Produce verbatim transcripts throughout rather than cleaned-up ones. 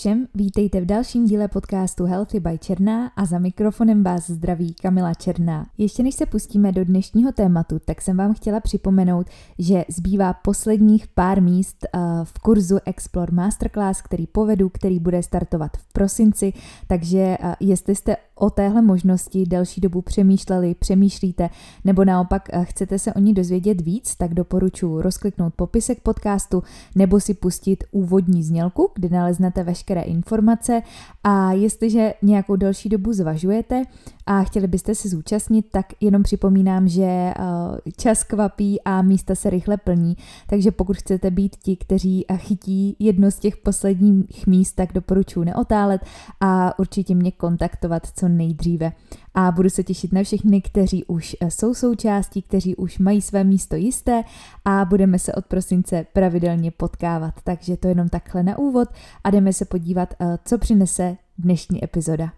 všem, vítejte v dalším díle podcastu Healthy by Černá a za mikrofonem vás zdraví Kamila Černá. Ještě než se pustíme do dnešního tématu, tak jsem vám chtěla připomenout, že zbývá posledních pár míst v kurzu Explore Masterclass, který povedu, který bude startovat v prosinci, takže jestli jste o téhle možnosti delší dobu přemýšleli, přemýšlíte, nebo naopak chcete se o ní dozvědět víc, tak doporučuji rozkliknout popisek podcastu nebo si pustit úvodní znělku, kde naleznete veškeré informace, a jestliže nějakou delší dobu zvažujete a chtěli byste se zúčastnit, tak jenom připomínám, že čas kvapí a místa se rychle plní, takže pokud chcete být ti, kteří chytí jedno z těch posledních míst, tak doporučuji neotálet a určitě mě kontaktovat co nejdříve. A budu se těšit na všechny, kteří už jsou součástí, kteří už mají své místo jisté, a budeme se od prosince pravidelně potkávat. Takže to jenom takhle na úvod a jdeme se podívat, co přinese dnešní epizoda.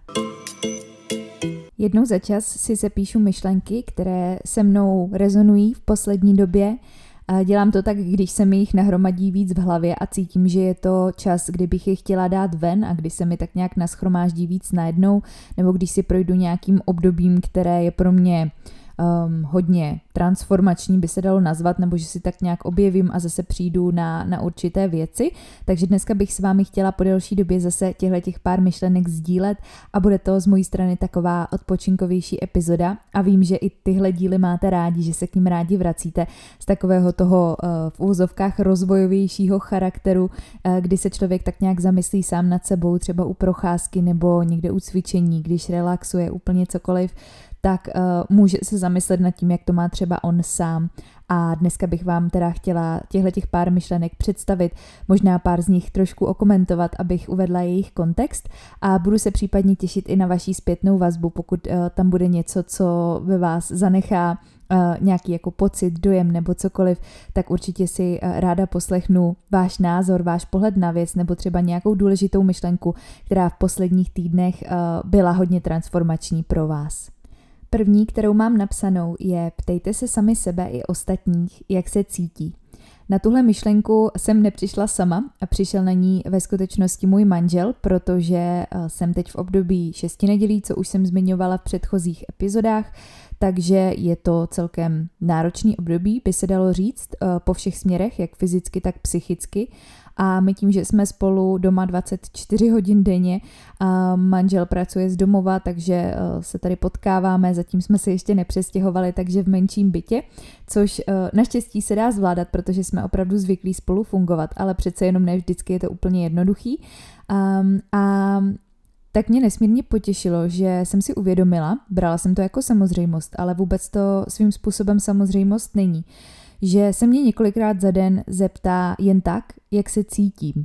Jednou za čas si zapíšu myšlenky, které se mnou rezonují v poslední době. Dělám to tak, když se mi jich nahromadí víc v hlavě a cítím, že je to čas, kdy bych je chtěla dát ven a když se mi tak nějak nashromáždí víc najednou, nebo když si projdu nějakým obdobím, které je pro mě um, hodně transformační, by se dalo nazvat, nebo že si tak nějak objevím a zase přijdu na, na určité věci. Takže dneska bych s vámi chtěla po delší době zase těchto těch pár myšlenek sdílet a bude to z mojí strany taková odpočinkovější epizoda a vím, že i tyhle díly máte rádi, že se k ním rádi vracíte z takového toho uh, v úvozovkách rozvojovějšího charakteru, uh, kdy se člověk tak nějak zamyslí sám nad sebou, třeba u procházky nebo někde u cvičení, když relaxuje úplně cokoliv, tak uh, může se zamyslet nad tím, jak to má třeba on sám. A dneska bych vám teda chtěla těchto těch pár myšlenek představit, možná pár z nich trošku okomentovat, abych uvedla jejich kontext, a budu se případně těšit i na vaši zpětnou vazbu, pokud uh, tam bude něco, co ve vás zanechá uh, nějaký jako pocit, dojem nebo cokoliv, tak určitě si uh, ráda poslechnu váš názor, váš pohled na věc nebo třeba nějakou důležitou myšlenku, která v posledních týdnech uh, byla hodně transformační pro vás. První, kterou mám napsanou, je: ptejte se sami sebe i ostatních, jak se cítí. Na tuhle myšlenku jsem nepřišla sama a přišel na ní ve skutečnosti můj manžel, protože jsem teď v období šesti nedělí, co už jsem zmiňovala v předchozích epizodách, takže je to celkem náročný období, by se dalo říct, po všech směrech, jak fyzicky, tak psychicky. A my tím, že jsme spolu doma dvacet čtyři hodin denně, a manžel pracuje z domova, takže se tady potkáváme, zatím jsme se ještě nepřestěhovali, takže v menším bytě, což naštěstí se dá zvládat, protože jsme opravdu zvyklí spolu fungovat, ale přece jenom ne vždycky je to úplně jednoduchý. A, a tak mě nesmírně potěšilo, že jsem si uvědomila, brala jsem to jako samozřejmost, ale vůbec to svým způsobem samozřejmost není, že se mě několikrát za den zeptá jen tak, jak se cítím.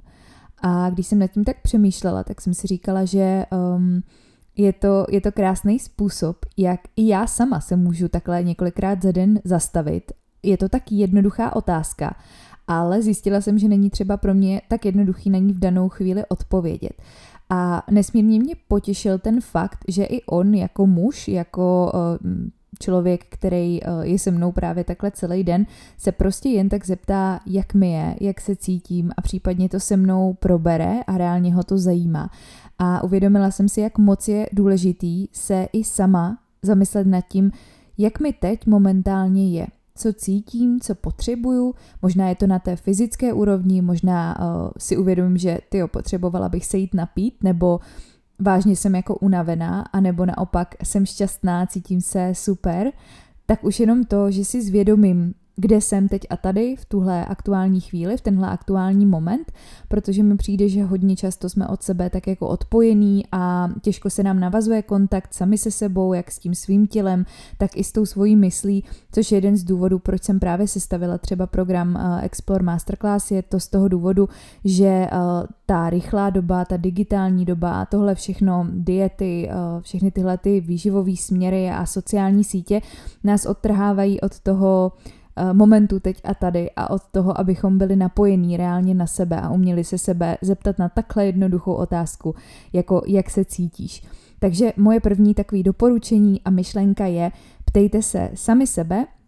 A když jsem nad tím tak přemýšlela, tak jsem si říkala, že um, je to, je to krásný způsob, jak i já sama se můžu takhle několikrát za den zastavit. Je to tak jednoduchá otázka, ale zjistila jsem, že není třeba pro mě tak jednoduchý na ní v danou chvíli odpovědět. A nesmírně mě potěšil ten fakt, že i on jako muž, jako uh, člověk, který je se mnou právě takhle celý den, se prostě jen tak zeptá, jak mi je, jak se cítím, a případně to se mnou probere a reálně ho to zajímá. A uvědomila jsem si, jak moc je důležitý se i sama zamyslet nad tím, jak mi teď momentálně je, co cítím, co potřebuju, možná je to na té fyzické úrovni, možná uh, si uvědomím, že tyjo, potřebovala bych se jít napít, nebo vážně jsem jako unavená, anebo naopak jsem šťastná, cítím se super, tak už jenom to, že si zvědomím, kde jsem teď a tady v tuhle aktuální chvíli, v tenhle aktuální moment, protože mi přijde, že hodně často jsme od sebe tak jako odpojení a těžko se nám navazuje kontakt sami se sebou, jak s tím svým tělem, tak i s tou svojí myslí, což je jeden z důvodů, proč jsem právě sestavila třeba program Explore Masterclass. Je to z toho důvodu, že ta rychlá doba, ta digitální doba, tohle všechno, diety, všechny tyhle ty výživové směry a sociální sítě nás odtrhávají od toho momentu teď a tady a od toho, abychom byli napojení reálně na sebe a uměli se sebe zeptat na takhle jednoduchou otázku, jako jak se cítíš. Takže moje první takové doporučení a myšlenka je: ptejte se sami sebe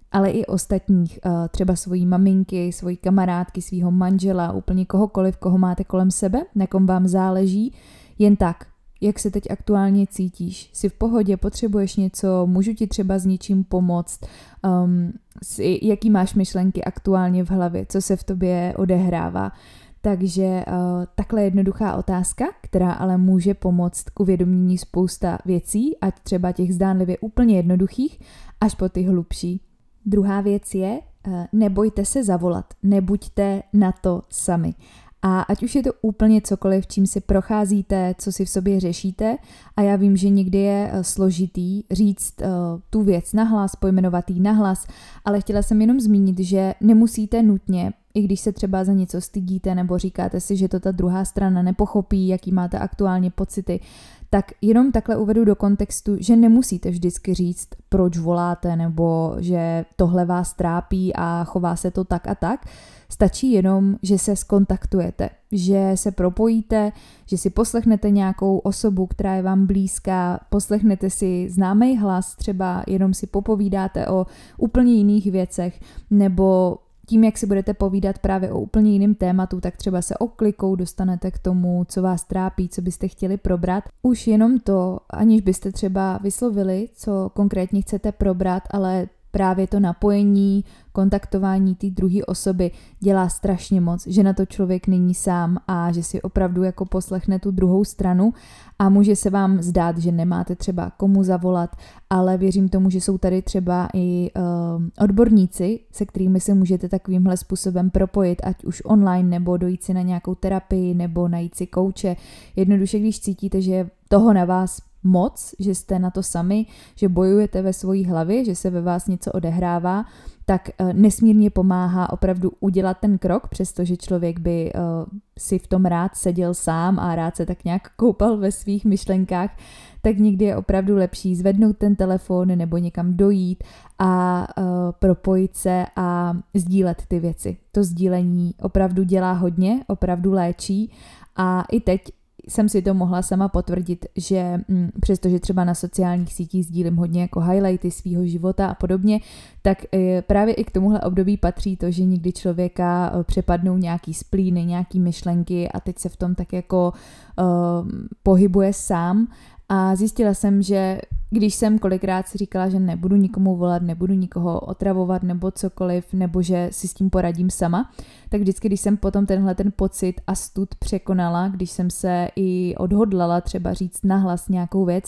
ale i ostatních, třeba svojí maminky, svojí kamarádky, svého manžela, úplně kohokoliv, koho máte kolem sebe, na kom vám záleží, jen tak, jak se teď aktuálně cítíš, jsi v pohodě, potřebuješ něco, můžu ti třeba s něčím pomoct, um, jaký máš myšlenky aktuálně v hlavě, co se v tobě odehrává. Takže uh, takhle jednoduchá otázka, která ale může pomoct k uvědomění spousta věcí, ať třeba těch zdánlivě úplně jednoduchých, až po ty hlubší. Druhá věc je, uh, nebojte se zavolat, nebuďte na to sami. A ať už je to úplně cokoliv, čím si procházíte, co si v sobě řešíte, a já vím, že někdy je složitý říct uh, tu věc nahlas, pojmenovat ji nahlas, ale chtěla jsem jenom zmínit, že nemusíte nutně, i když se třeba za něco stydíte nebo říkáte si, že to ta druhá strana nepochopí, jaký máte aktuálně pocity, tak jenom takhle uvedu do kontextu, že nemusíte vždycky říct, proč voláte, nebo že tohle vás trápí a chová se to tak a tak. Stačí jenom, že se skontaktujete, že se propojíte, že si poslechnete nějakou osobu, která je vám blízká, poslechnete si známý hlas, třeba jenom si popovídáte o úplně jiných věcech, nebo tím, jak si budete povídat právě o úplně jiném tématu, tak třeba se oklikou dostanete k tomu, co vás trápí, co byste chtěli probrat. Už jenom to, aniž byste třeba vyslovili, co konkrétně chcete probrat, ale právě to napojení, kontaktování té druhé osoby dělá strašně moc, že na to člověk není sám a že si opravdu jako poslechne tu druhou stranu a může se vám zdát, že nemáte třeba komu zavolat, ale věřím tomu, že jsou tady třeba i uh, odborníci, se kterými se můžete takovýmhle způsobem propojit, ať už online, nebo dojít si na nějakou terapii, nebo najít si kouče. Jednoduše, když cítíte, že toho na vás moc, že jste na to sami, že bojujete ve svojí hlavě, že se ve vás něco odehrává, tak nesmírně pomáhá opravdu udělat ten krok, přestože člověk by uh, si v tom rád seděl sám a rád se tak nějak koupal ve svých myšlenkách, tak někdy je opravdu lepší zvednout ten telefon nebo někam dojít a uh, propojit se a sdílet ty věci. To sdílení opravdu dělá hodně, opravdu léčí a i teď jsem si to mohla sama potvrdit, že hm, přestože třeba na sociálních sítích sdílím hodně jako highlighty svýho života a podobně, tak e, právě i k tomuhle období patří to, že někdy člověka e, přepadnou nějaký splíny, nějaký myšlenky a teď se v tom tak jako e, pohybuje sám. A zjistila jsem, že když jsem kolikrát si říkala, že nebudu nikomu volat, nebudu nikoho otravovat nebo cokoliv, nebo že si s tím poradím sama, tak vždycky, když jsem potom tenhle ten pocit a stud překonala, když jsem se i odhodlala třeba říct nahlas nějakou věc,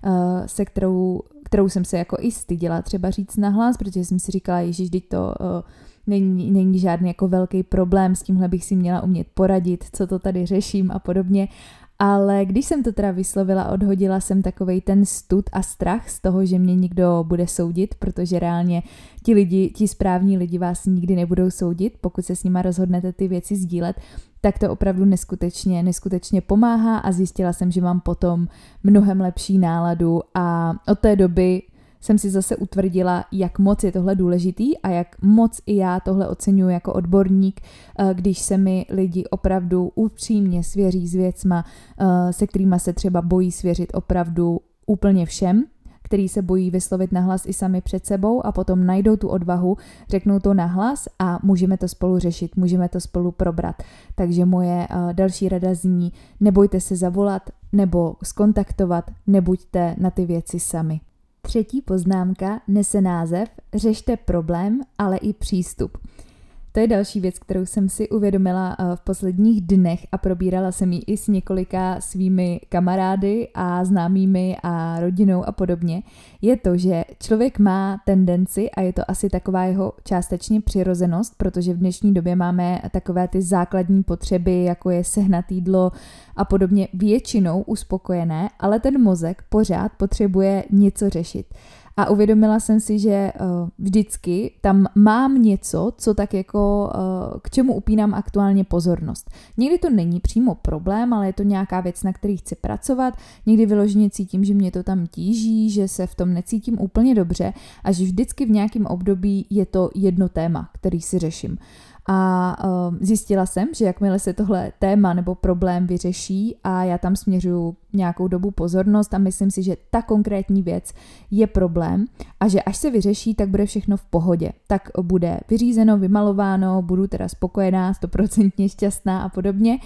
se kterou, kterou jsem se jako i styděla třeba říct nahlas, protože jsem si říkala, ježiš, teď to není, není žádný jako velký problém, s tímhle bych si měla umět poradit, co to tady řeším a podobně. Ale když jsem to teda vyslovila, odhodila jsem takovej ten stud a strach z toho, že mě někdo bude soudit, protože reálně ti lidi, ti správní lidi vás nikdy nebudou soudit, pokud se s nima rozhodnete ty věci sdílet, tak to opravdu neskutečně, neskutečně pomáhá a zjistila jsem, že mám potom mnohem lepší náladu a od té doby jsem si zase utvrdila, jak moc je tohle důležitý a jak moc i já tohle oceňuji jako odborník, když se mi lidi opravdu upřímně svěří s věcma, se kterýma se třeba bojí svěřit opravdu úplně všem, který se bojí vyslovit nahlas i sami před sebou a potom najdou tu odvahu, řeknou to nahlas a můžeme to spolu řešit, můžeme to spolu probrat. Takže moje další rada zní, nebojte se zavolat nebo skontaktovat, nebuďte na ty věci sami. Třetí poznámka nese název Řešte problém, ale i přístup. To je další věc, kterou jsem si uvědomila v posledních dnech a probírala jsem ji i s několika svými kamarády a známými a rodinou a podobně. Je to, že člověk má tendenci, a je to asi taková jeho částečně přirozenost, protože v dnešní době máme takové ty základní potřeby, jako je sehnat jídlo a podobně, většinou uspokojené, ale ten mozek pořád potřebuje něco řešit. A uvědomila jsem si, že uh, vždycky tam mám něco, co tak jako uh, k čemu upínám aktuálně pozornost. Někdy to není přímo problém, ale je to nějaká věc, na který chci pracovat. Někdy vyloženě cítím, že mě to tam tíží, že se v tom necítím úplně dobře a že vždycky v nějakém období je to jedno téma, který si řeším. A uh, zjistila jsem, že jakmile se tohle téma nebo problém vyřeší a já tam směřuju nějakou dobu pozornost a myslím si, že ta konkrétní věc je problém a že až se vyřeší, tak bude všechno v pohodě. Tak bude vyřízeno, vymalováno, budu teda spokojená, stoprocentně šťastná a podobně.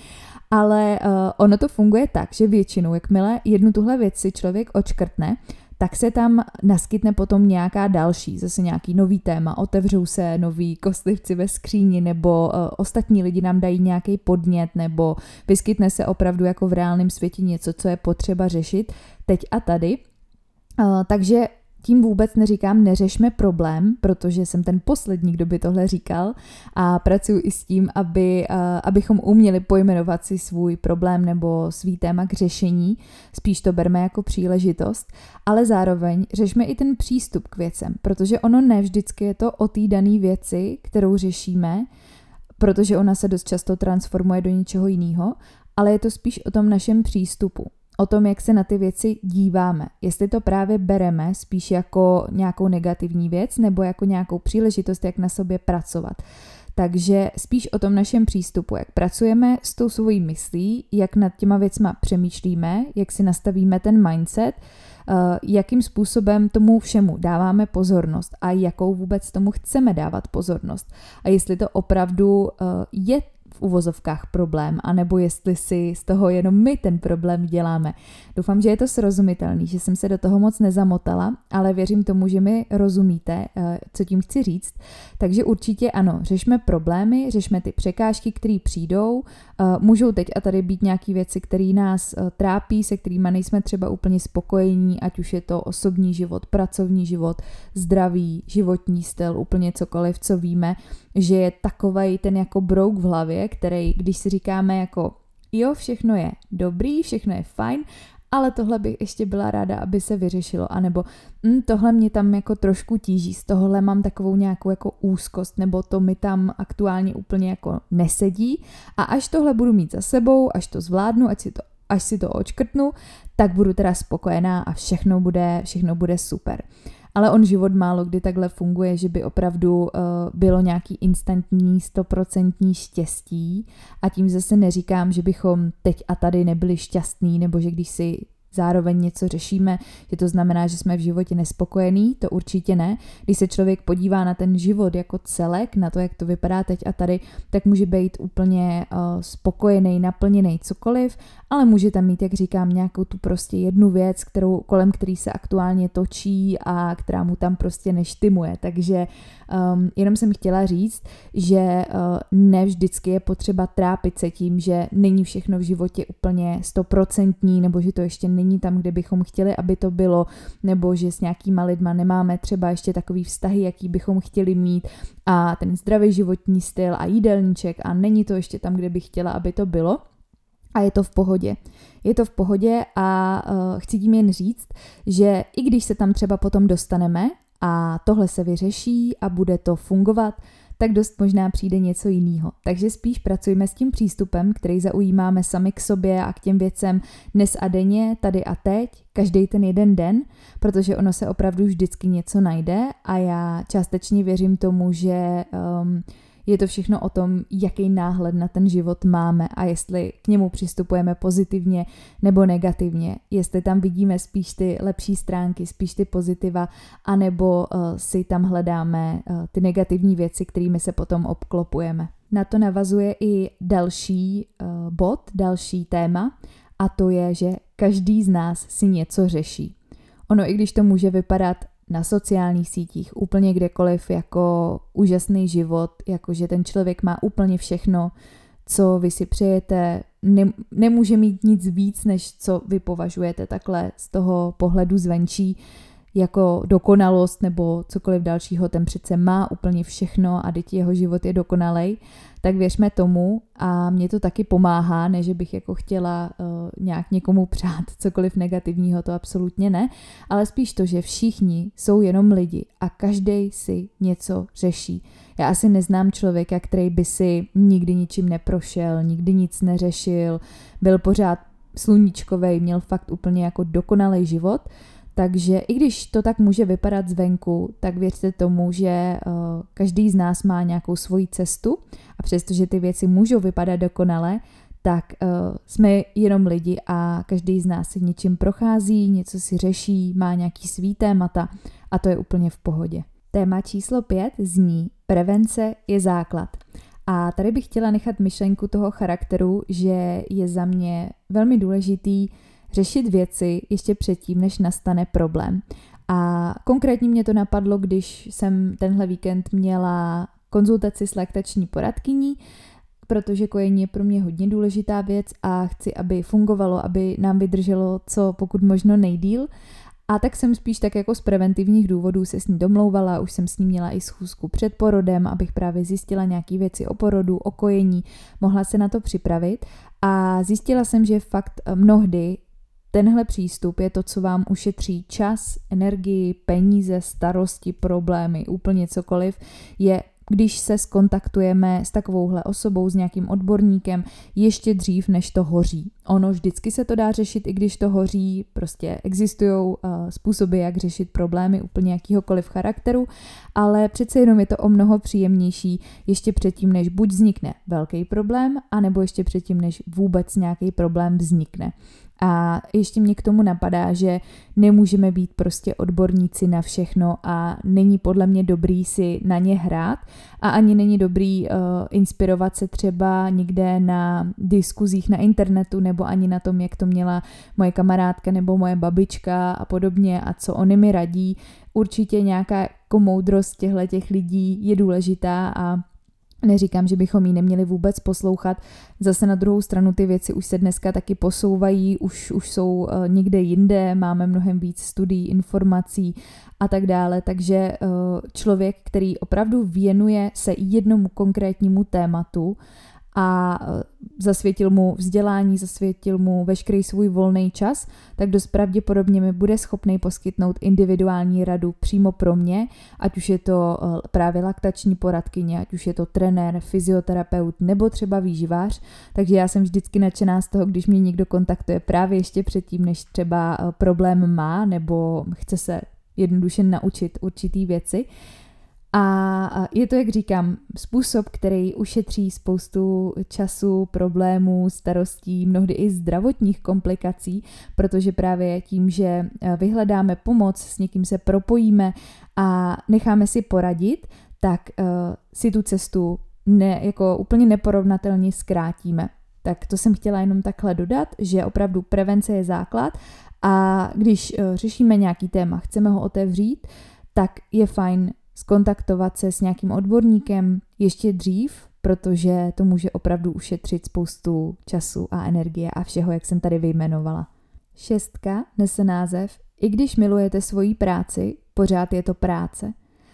Ale uh, ono to funguje tak, že většinou, jakmile jednu tuhle věc si člověk odškrtne, tak se tam naskytne potom nějaká další, zase nějaký nový téma, otevřou se noví kostlivci ve skříni, nebo uh, ostatní lidi nám dají nějaký podnět, nebo vyskytne se opravdu jako v reálném světě něco, co je potřeba řešit teď a tady. Uh, takže tím vůbec neříkám, neřešme problém, protože jsem ten poslední, kdo by tohle říkal a pracuji i s tím, aby, uh, abychom uměli pojmenovat si svůj problém nebo svý téma k řešení, spíš to berme jako příležitost, ale zároveň řešme i ten přístup k věcem, protože ono ne vždycky je to o té dané věci, kterou řešíme, protože ona se dost často transformuje do něčeho jiného, ale je to spíš o tom našem přístupu. O tom, jak se na ty věci díváme. Jestli to právě bereme spíš jako nějakou negativní věc nebo jako nějakou příležitost, jak na sobě pracovat. Takže spíš o tom našem přístupu, jak pracujeme s tou svojí myslí, jak nad těma věcma přemýšlíme, jak si nastavíme ten mindset, jakým způsobem tomu všemu dáváme pozornost a jakou vůbec tomu chceme dávat pozornost. A jestli to opravdu je v uvozovkách problém, anebo jestli si z toho jenom my ten problém děláme. Doufám, že je to srozumitelný, že jsem se do toho moc nezamotala, ale věřím tomu, že mi rozumíte, co tím chci říct. Takže určitě ano, řešme problémy, řešme ty překážky, které přijdou. Můžou teď a tady být nějaké věci, které nás trápí, se kterými nejsme třeba úplně spokojení, ať už je to osobní život, pracovní život, zdraví, životní styl, úplně cokoliv, co víme, že je takovej ten jako brouk v hlavě, který, když si říkáme jako jo, všechno je dobrý, všechno je fajn, ale tohle bych ještě byla ráda, aby se vyřešilo, anebo hm, tohle mě tam jako trošku tíží, z tohohle mám takovou nějakou jako úzkost, nebo to mi tam aktuálně úplně jako nesedí a až tohle budu mít za sebou, až to zvládnu, až si to, až si to odškrtnu, tak budu teda spokojená a všechno bude, všechno bude super. Ale on život málo kdy takhle funguje, že by opravdu uh, bylo nějaký instantní, stoprocentní štěstí a tím zase neříkám, že bychom teď a tady nebyli šťastní, nebo že když si zároveň něco řešíme, že to znamená, že jsme v životě nespokojení, to určitě ne. Když se člověk podívá na ten život jako celek, na to, jak to vypadá teď a tady, tak může být úplně uh, spokojený, naplněný cokoliv, ale může tam mít, jak říkám, nějakou tu prostě jednu věc, kterou, kolem který se aktuálně točí a která mu tam prostě neštimuje. Takže um, jenom jsem chtěla říct, že uh, ne vždycky je potřeba trápit se tím, že není všechno v životě úplně stoprocentní, nebo že to ještě není tam, kde bychom chtěli, aby to bylo, nebo že s nějakýma lidma nemáme třeba ještě takový vztahy, jaký bychom chtěli mít a ten zdravý životní styl a jídelníček a není to ještě tam, kde bych chtěla, aby to bylo. A je to v pohodě. Je to v pohodě a uh, chci tím jen říct, že i když se tam třeba potom dostaneme a tohle se vyřeší a bude to fungovat, tak dost možná přijde něco jiného. Takže spíš pracujeme s tím přístupem, který zaujímáme sami k sobě a k těm věcem dnes a denně, tady a teď, každý ten jeden den, protože ono se opravdu vždycky něco najde a já částečně věřím tomu, že um, je to všechno o tom, jaký náhled na ten život máme a jestli k němu přistupujeme pozitivně nebo negativně, jestli tam vidíme spíš ty lepší stránky, spíš ty pozitiva, anebo uh, si tam hledáme uh, ty negativní věci, kterými se potom obklopujeme. Na to navazuje i další uh, bod, další téma a to je, že každý z nás si něco řeší. Ono, i když to může vypadat na sociálních sítích, úplně kdekoliv jako úžasný život, jako že ten člověk má úplně všechno, co vy si přejete, ne, nemůže mít nic víc, než co vy považujete takhle z toho pohledu zvenčí jako dokonalost nebo cokoliv dalšího, ten přece má úplně všechno a teď jeho život je dokonalej, tak věřme tomu a mě to taky pomáhá, ne že bych jako chtěla uh, nějak někomu přát cokoliv negativního, to absolutně ne, ale spíš to, že všichni jsou jenom lidi a každej si něco řeší. Já asi neznám člověka, který by si nikdy ničím neprošel, nikdy nic neřešil, byl pořád sluníčkovej, měl fakt úplně jako dokonalej život. Takže i když to tak může vypadat zvenku, tak věřte tomu, že uh, každý z nás má nějakou svoji cestu a přestože ty věci můžou vypadat dokonale, tak uh, jsme jenom lidi a každý z nás si něčím prochází, něco si řeší, má nějaký svý témata a to je úplně v pohodě. Téma číslo pět zní: prevence je základ. A tady bych chtěla nechat myšlenku toho charakteru, že je za mě velmi důležitý řešit věci ještě předtím, než nastane problém. A konkrétně mě to napadlo, když jsem tenhle víkend měla konzultaci s laktační poradkyní, protože kojení je pro mě hodně důležitá věc a chci, aby fungovalo, aby nám vydrželo co pokud možno nejdýl. A tak jsem spíš tak jako z preventivních důvodů se s ní domlouvala, už jsem s ní měla i schůzku před porodem, abych právě zjistila nějaké věci o porodu, o kojení, mohla se na to připravit a zjistila jsem, že fakt mnohdy tenhle přístup je to, co vám ušetří čas, energii, peníze, starosti, problémy, úplně cokoliv, je když se skontaktujeme s takovouhle osobou, s nějakým odborníkem, ještě dřív, než to hoří. Ono vždycky se to dá řešit, i když to hoří, prostě existují uh, způsoby, jak řešit problémy úplně jakýhokoliv charakteru, ale přece jenom je to o mnoho příjemnější ještě předtím, než buď vznikne velký problém, anebo ještě předtím, než vůbec nějaký problém vznikne. A ještě mě k tomu napadá, že nemůžeme být prostě odborníci na všechno a není podle mě dobrý si na ně hrát a ani není dobrý uh, inspirovat se třeba někde na diskuzích na internetu nebo ani na tom, jak to měla moje kamarádka nebo moje babička a podobně a co oni mi radí. Určitě nějaká jako moudrost těchto lidí je důležitá a neříkám, že bychom ji neměli vůbec poslouchat. Zase na druhou stranu ty věci už se dneska taky posouvají, už, už jsou uh, někde jinde, máme mnohem víc studií, informací a tak dále, takže uh, člověk, který opravdu věnuje se jednomu konkrétnímu tématu a zasvětil mu vzdělání, zasvětil mu veškerý svůj volný čas, tak dost pravděpodobně mi bude schopný poskytnout individuální radu přímo pro mě, ať už je to právě laktační poradkyně, ať už je to trenér, fyzioterapeut nebo třeba výživář, takže já jsem vždycky nadšená z toho, když mě někdo kontaktuje právě ještě předtím, než třeba problém má nebo chce se jednoduše naučit určitý věci. A je to, jak říkám, způsob, který ušetří spoustu času, problémů, starostí, mnohdy i zdravotních komplikací, protože právě tím, že vyhledáme pomoc, s někým se propojíme a necháme si poradit, tak uh, si tu cestu ne, jako úplně neporovnatelně zkrátíme. Tak to jsem chtěla jenom takhle dodat, že opravdu prevence je základ a když uh, řešíme nějaký téma, chceme ho otevřít, tak je fajn skontaktovat se s nějakým odborníkem ještě dřív, protože to může opravdu ušetřit spoustu času a energie a všeho, jak jsem tady vyjmenovala. Šestka nese název I když milujete svoji práci, pořád je to práce.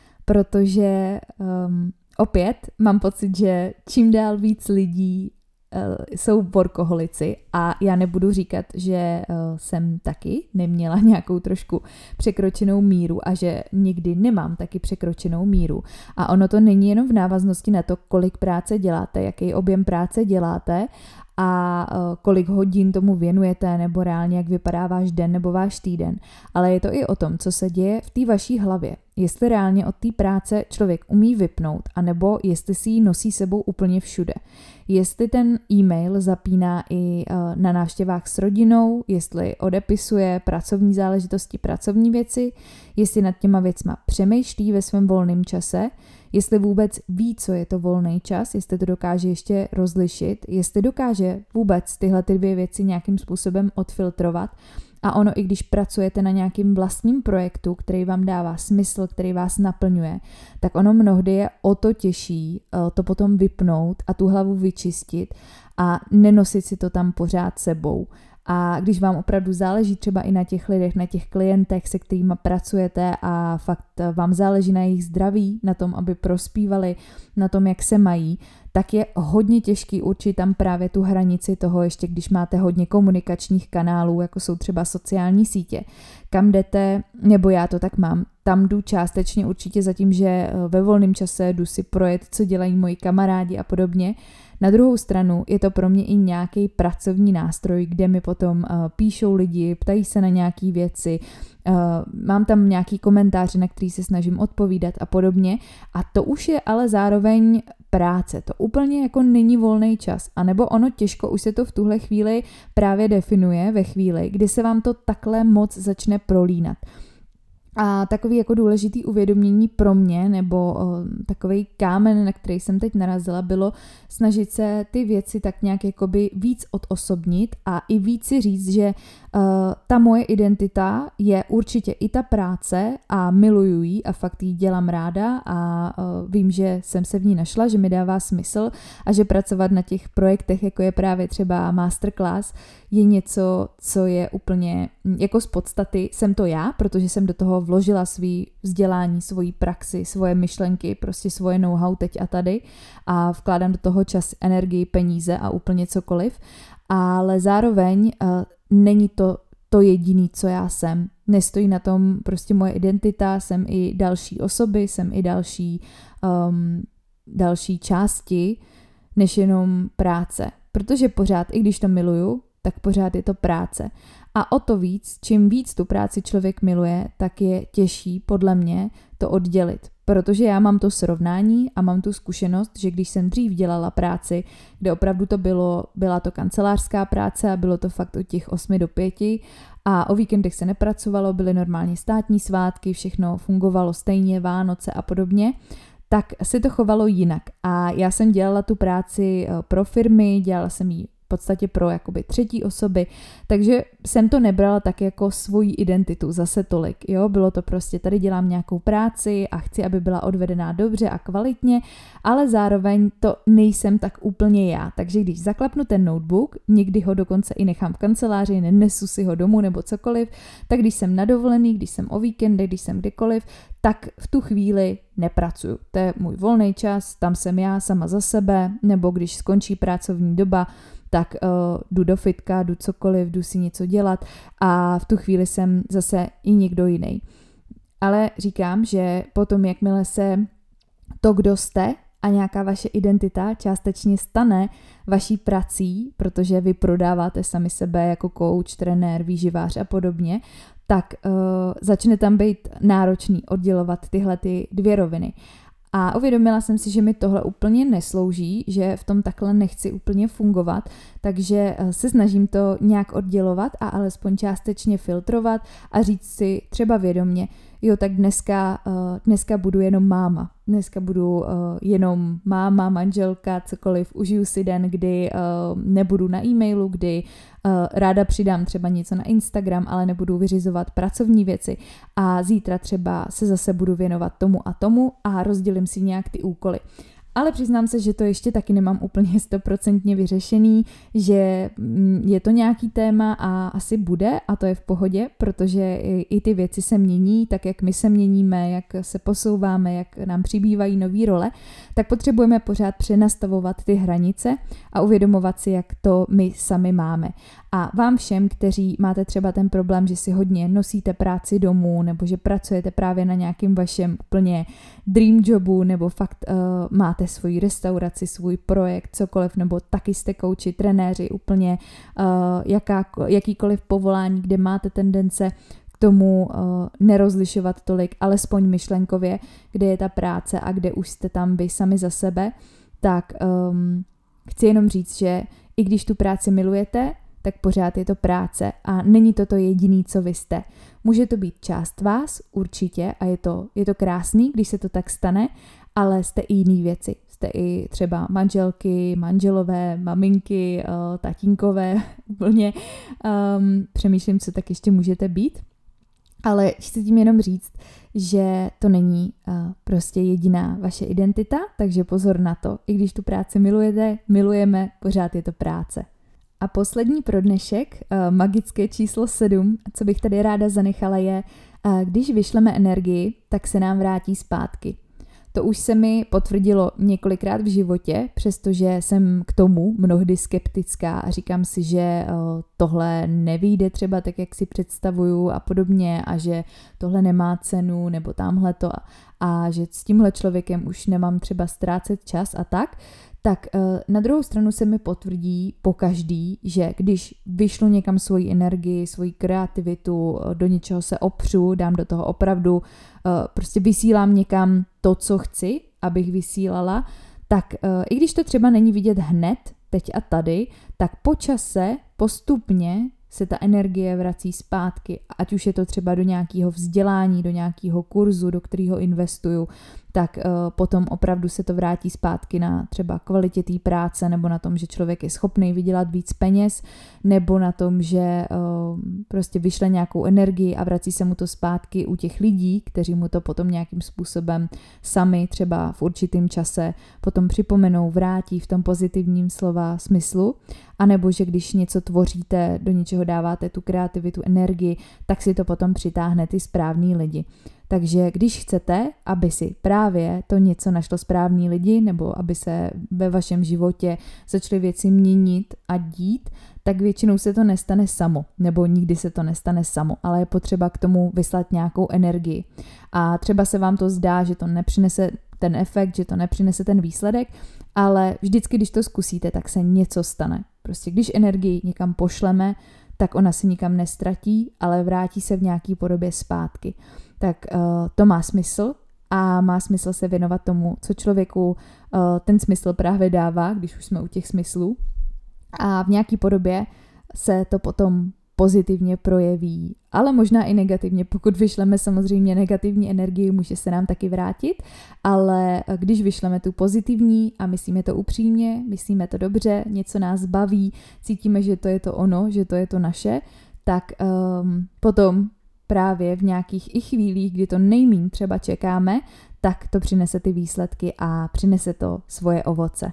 Protože um, opět mám pocit, že čím dál víc lidí jsou workoholici a já nebudu říkat, že jsem taky neměla nějakou trošku překročenou míru a že někdy nemám taky překročenou míru. A ono to není jenom v návaznosti na to, kolik práce děláte, jaký objem práce děláte a kolik hodin tomu věnujete nebo reálně jak vypadá váš den nebo váš týden, ale je to i o tom, co se děje v té vaší hlavě. Jestli reálně od té práce člověk umí vypnout, anebo jestli si ji nosí sebou úplně všude. Jestli ten e-mail zapíná i na návštěvách s rodinou, jestli odepisuje pracovní záležitosti, pracovní věci, jestli nad těma věcma přemýšlí ve svém volném čase, jestli vůbec ví, co je to volný čas, jestli to dokáže ještě rozlišit, jestli dokáže vůbec tyhle ty dvě věci nějakým způsobem odfiltrovat. A ono, i když pracujete na nějakým vlastním projektu, který vám dává smysl, který vás naplňuje, tak ono mnohdy je o to těžší to potom vypnout a tu hlavu vyčistit a nenosit si to tam pořád sebou. A když vám opravdu záleží třeba i na těch lidech, na těch klientech, se kterými pracujete a fakt vám záleží na jejich zdraví, na tom, aby prospívali, na tom, jak se mají, tak je hodně těžký určit tam právě tu hranici toho, ještě když máte hodně komunikačních kanálů, jako jsou třeba sociální sítě, kam jdete, nebo já to tak mám, tam jdu částečně určitě za tím, že ve volném čase jdu si projet, co dělají moji kamarádi a podobně, Na druhou stranu je to pro mě i nějaký pracovní nástroj, kde mi potom uh, píšou lidi, ptají se na nějaké věci, uh, mám tam nějaký komentáře, na který se snažím odpovídat a podobně. A to už je ale zároveň práce. To úplně jako není volný čas. A nebo ono těžko už se to v tuhle chvíli právě definuje ve chvíli, kdy se vám to takhle moc začne prolínat. A takový jako důležitý uvědomění pro mě, nebo o, takovej kámen, na který jsem teď narazila, bylo snažit se ty věci tak nějak jakoby víc odosobnit a i víc si říct, že uh, ta moje identita je určitě i ta práce a miluju ji a fakt ji dělám ráda a uh, vím, že jsem se v ní našla, že mi dává smysl a že pracovat na těch projektech, jako je právě třeba masterclass, je něco, co je úplně jako z podstaty, jsem to já, protože jsem do toho vložila svý vzdělání, svoji praxi, svoje myšlenky, prostě svoje know-how teď a tady a vkládám do toho čas, energii, peníze a úplně cokoliv, ale zároveň uh, není to to jediný, co já jsem. Nestojí na tom prostě moje identita, jsem i další osoby, jsem i další, um, další části, než jenom práce. Protože pořád, i když to miluju, tak pořád je to práce. A o to víc, čím víc tu práci člověk miluje, tak je těžší podle mě to oddělit. Protože já mám to srovnání a mám tu zkušenost, že když jsem dřív dělala práci, kde opravdu to bylo, byla to kancelářská práce a bylo to fakt od těch osmi do pěti a o víkendech se nepracovalo, byly normálně státní svátky, všechno fungovalo stejně, Vánoce a podobně, tak se to chovalo jinak. A já jsem dělala tu práci pro firmy, dělala jsem ji v podstatě pro jakoby třetí osoby, takže jsem to nebrala tak jako svoji identitu zase tolik, jo, bylo to prostě tady dělám nějakou práci a chci, aby byla odvedená dobře a kvalitně, ale zároveň to nejsem tak úplně já, takže když zaklapnu ten notebook, někdy ho dokonce i nechám v kanceláři, nenesu si ho domů nebo cokoliv, tak když jsem na dovolený, když jsem o víkendech, když jsem kdekoliv, tak v tu chvíli nepracuju. To je můj volný čas, tam jsem já sama za sebe, nebo když skončí pracovní doba, tak uh, jdu do fitka, jdu cokoliv, jdu si něco dělat a v tu chvíli jsem zase i někdo jiný. Ale říkám, že potom, jakmile se to, kdo jste a nějaká vaše identita částečně stane vaší prací, protože vy prodáváte sami sebe jako coach, trenér, výživář a podobně, tak uh, začne tam být náročný oddělovat tyhle ty dvě roviny. A uvědomila jsem si, že mi tohle úplně neslouží, že v tom takhle nechci úplně fungovat, takže se snažím to nějak oddělovat a alespoň částečně filtrovat a říct si třeba vědomě, jo, tak dneska, dneska budu jenom máma, dneska budu jenom máma, manželka, cokoliv, užiju si den, kdy nebudu na e-mailu, kdy ráda přidám třeba něco na Instagram, ale nebudu vyřizovat pracovní věci a zítra třeba se zase budu věnovat tomu a tomu a rozdělím si nějak ty úkoly. Ale přiznám se, že to ještě taky nemám úplně stoprocentně vyřešený, že je to nějaký téma a asi bude a to je v pohodě, protože i ty věci se mění, tak jak my se měníme, jak se posouváme, jak nám přibývají nový role, tak potřebujeme pořád přenastavovat ty hranice a uvědomovat si, jak to my sami máme. A vám všem, kteří máte třeba ten problém, že si hodně nosíte práci domů nebo že pracujete právě na nějakým vašem úplně dream jobu nebo fakt uh, máte svoji restauraci, svůj projekt, cokoliv, nebo taky jste kouči, trenéři, úplně uh, jaká, jakýkoliv povolání, kde máte tendence k tomu uh, nerozlišovat tolik, alespoň myšlenkově, kde je ta práce a kde už jste tam vy sami za sebe, tak um, chci jenom říct, že i když tu práci milujete, tak pořád je to práce a není to to jediný, co vy jste. Může to být část vás, určitě, a je to, je to krásný, když se to tak stane, ale jste i jiný věci. Jste i třeba manželky, manželové, maminky, uh, tatínkové, úplně um, přemýšlím, co tak ještě můžete být. Ale chci tím jenom říct, že to není uh, prostě jediná vaše identita, takže pozor na to. I když tu práci milujete, milujeme, pořád je to práce. A poslední pro dnešek, uh, magické číslo sedm, co bych tady ráda zanechala je, uh, když vyšleme energii, tak se nám vrátí zpátky. To už se mi potvrdilo několikrát v životě, přestože jsem k tomu mnohdy skeptická a říkám si, že tohle nevyjde třeba tak, jak si představuju a podobně a že tohle nemá cenu nebo tamhle to a že s tímhle člověkem už nemám třeba ztrácet čas a tak, tak na druhou stranu se mi potvrdí pokaždý, že když vyšlu někam svoji energii, svoji kreativitu, do něčeho se opřu, dám do toho opravdu, prostě vysílám někam to, co chci, abych vysílala, tak i když to třeba není vidět hned, teď a tady, tak po čase postupně se ta energie vrací zpátky, ať už je to třeba do nějakého vzdělání, do nějakého kurzu, do kterého investuju, tak uh, potom opravdu se to vrátí zpátky na třeba kvalitě té práce, nebo na tom, že člověk je schopný vydělat víc peněz, nebo na tom, že uh, prostě vyšle nějakou energii a vrací se mu to zpátky u těch lidí, kteří mu to potom nějakým způsobem sami třeba v určitém čase potom připomenou, vrátí v tom pozitivním slova smyslu, anebo že když něco tvoříte, do něčeho dáváte tu kreativitu, energii, tak si to potom přitáhne ty správný lidi. Takže když chcete, aby si právě to něco našlo správný lidi, nebo aby se ve vašem životě začaly věci měnit a dít, tak většinou se to nestane samo, nebo nikdy se to nestane samo, ale je potřeba k tomu vyslat nějakou energii. A třeba se vám to zdá, že to nepřinese ten efekt, že to nepřinese ten výsledek, ale vždycky, když to zkusíte, tak se něco stane. Prostě když energii někam pošleme, tak ona se nikam nestratí, ale vrátí se v nějaký podobě zpátky. Tak uh, to má smysl a má smysl se věnovat tomu, co člověku uh, ten smysl právě dává, když už jsme u těch smyslů. A v nějaký podobě se to potom pozitivně projeví, ale možná i negativně. Pokud vyšleme samozřejmě negativní energii, může se nám taky vrátit, ale když vyšleme tu pozitivní a myslíme to upřímně, myslíme to dobře, něco nás baví, cítíme, že to je to ono, že to je to naše, tak um, potom právě v nějakých i chvílích, kdy to nejmíň třeba čekáme, tak to přinese ty výsledky a přinese to svoje ovoce.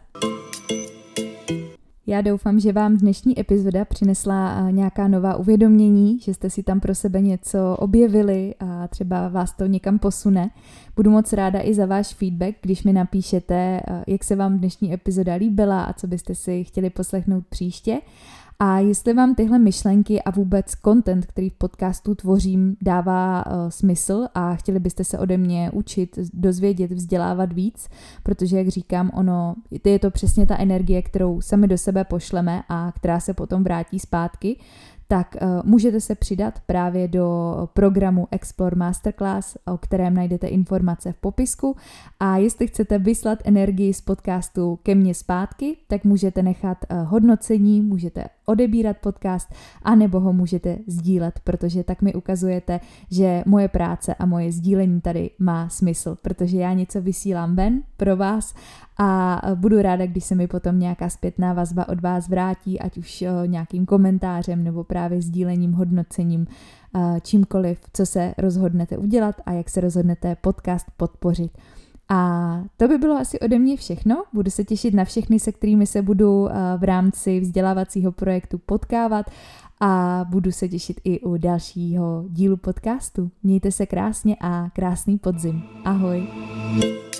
Já doufám, že vám dnešní epizoda přinesla nějaká nová uvědomění, že jste si tam pro sebe něco objevili a třeba vás to někam posune. Budu moc ráda i za váš feedback, když mi napíšete, jak se vám dnešní epizoda líbila a co byste si chtěli poslechnout příště. A jestli vám tyhle myšlenky a vůbec content, který v podcastu tvořím, dává uh, smysl a chtěli byste se ode mě učit, dozvědět, vzdělávat víc, protože, jak říkám, ono, je to přesně ta energie, kterou sami do sebe pošleme a která se potom vrátí zpátky, tak uh, můžete se přidat právě do programu Explore Masterclass, o kterém najdete informace v popisku. A jestli chcete vyslat energii z podcastu ke mně zpátky, tak můžete nechat uh, hodnocení, můžete odebírat podcast, anebo ho můžete sdílet, protože tak mi ukazujete, že moje práce a moje sdílení tady má smysl, protože já něco vysílám ven pro vás a budu ráda, když se mi potom nějaká zpětná vazba od vás vrátí, ať už nějakým komentářem nebo právě sdílením, hodnocením, čímkoliv, co se rozhodnete udělat a jak se rozhodnete podcast podpořit. A to by bylo asi ode mě všechno. Budu se těšit na všechny, se kterými se budu v rámci vzdělávacího projektu potkávat a budu se těšit i u dalšího dílu podcastu. Mějte se krásně a krásný podzim. Ahoj.